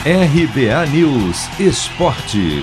RBA News Esporte.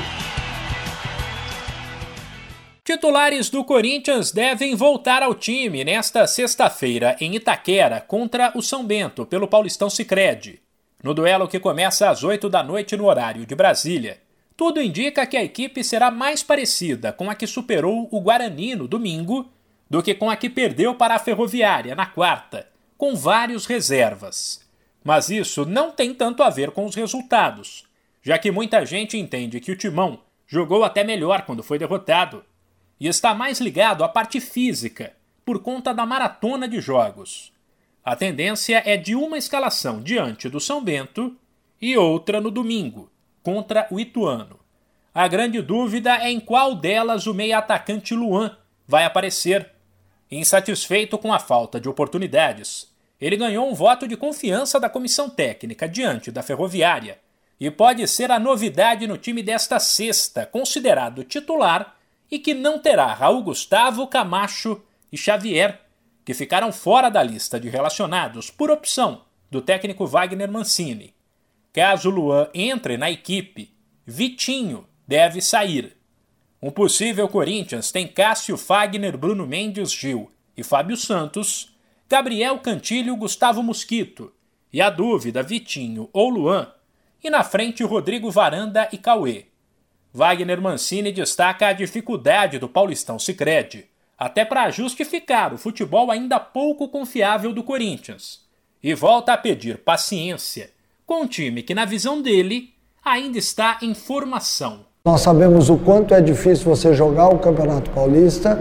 Titulares do Corinthians devem voltar ao time nesta sexta-feira em Itaquera contra o São Bento pelo Paulistão Sicredi. No duelo que começa às 8 da noite no horário de Brasília, tudo indica que a equipe será mais parecida com a que superou o Guarani no domingo do que com a que perdeu para a Ferroviária na quarta, com vários reservas. Mas isso não tem tanto a ver com os resultados, já que muita gente entende que o Timão jogou até melhor quando foi derrotado e está mais ligado à parte física por conta da maratona de jogos. A tendência é de uma escalação diante do São Bento e outra no domingo, contra o Ituano. A grande dúvida é em qual delas o meia-atacante Luan vai aparecer. Insatisfeito com a falta de oportunidades, ele ganhou um voto de confiança da comissão técnica diante da Ferroviária e pode ser a novidade no time desta sexta, considerado titular, e que não terá Raul Gustavo, Camacho e Xavier, que ficaram fora da lista de relacionados por opção do técnico Wagner Mancini. Caso Luan entre na equipe, Vitinho deve sair. Um possível Corinthians tem Cássio, Fagner, Bruno Mendes, Gil e Fábio Santos, Gabriel Cantilho, Gustavo Mosquito, e a dúvida Vitinho ou Luan, e na frente Rodrigo Varanda e Cauê. Wagner Mancini destaca a dificuldade do Paulistão Sicredi, até para justificar o futebol ainda pouco confiável do Corinthians, e volta a pedir paciência com um time que, na visão dele, ainda está em formação. Nós sabemos o quanto é difícil você jogar o Campeonato Paulista.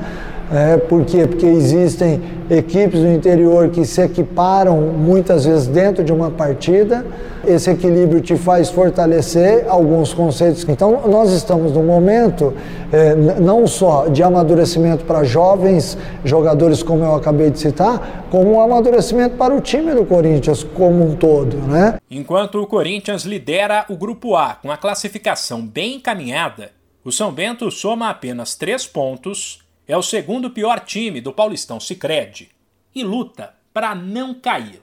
Por quê? Porque existem equipes do interior que se equiparam muitas vezes dentro de uma partida. Esse equilíbrio te faz fortalecer alguns conceitos. Então, nós estamos num momento não só de amadurecimento para jovens jogadores, como eu acabei de citar, como um amadurecimento para o time do Corinthians como um todo, né? Enquanto o Corinthians lidera o Grupo A com a classificação bem encaminhada, o São Bento soma apenas 3 pontos, é o segundo pior time do Paulistão Sicredi e luta para não cair.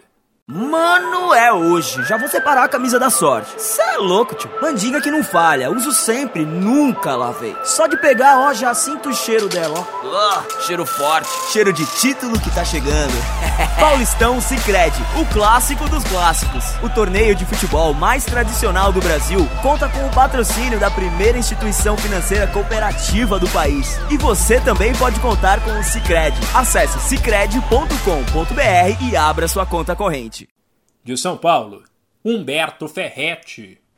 Mano, é hoje. Já vou separar a camisa da sorte. Cê é louco, tio. Mandinga que não falha. Uso sempre, nunca lavei. Só de pegar, ó, já sinto o cheiro dela, ó. Cheiro forte. Cheiro de título que tá chegando. Paulistão Sicredi, o clássico dos clássicos. O torneio de futebol mais tradicional do Brasil conta com o patrocínio da primeira instituição financeira cooperativa do país. E você também pode contar com o Sicredi. Acesse sicredi.com.br e abra sua conta corrente. De São Paulo, Humberto Ferretti.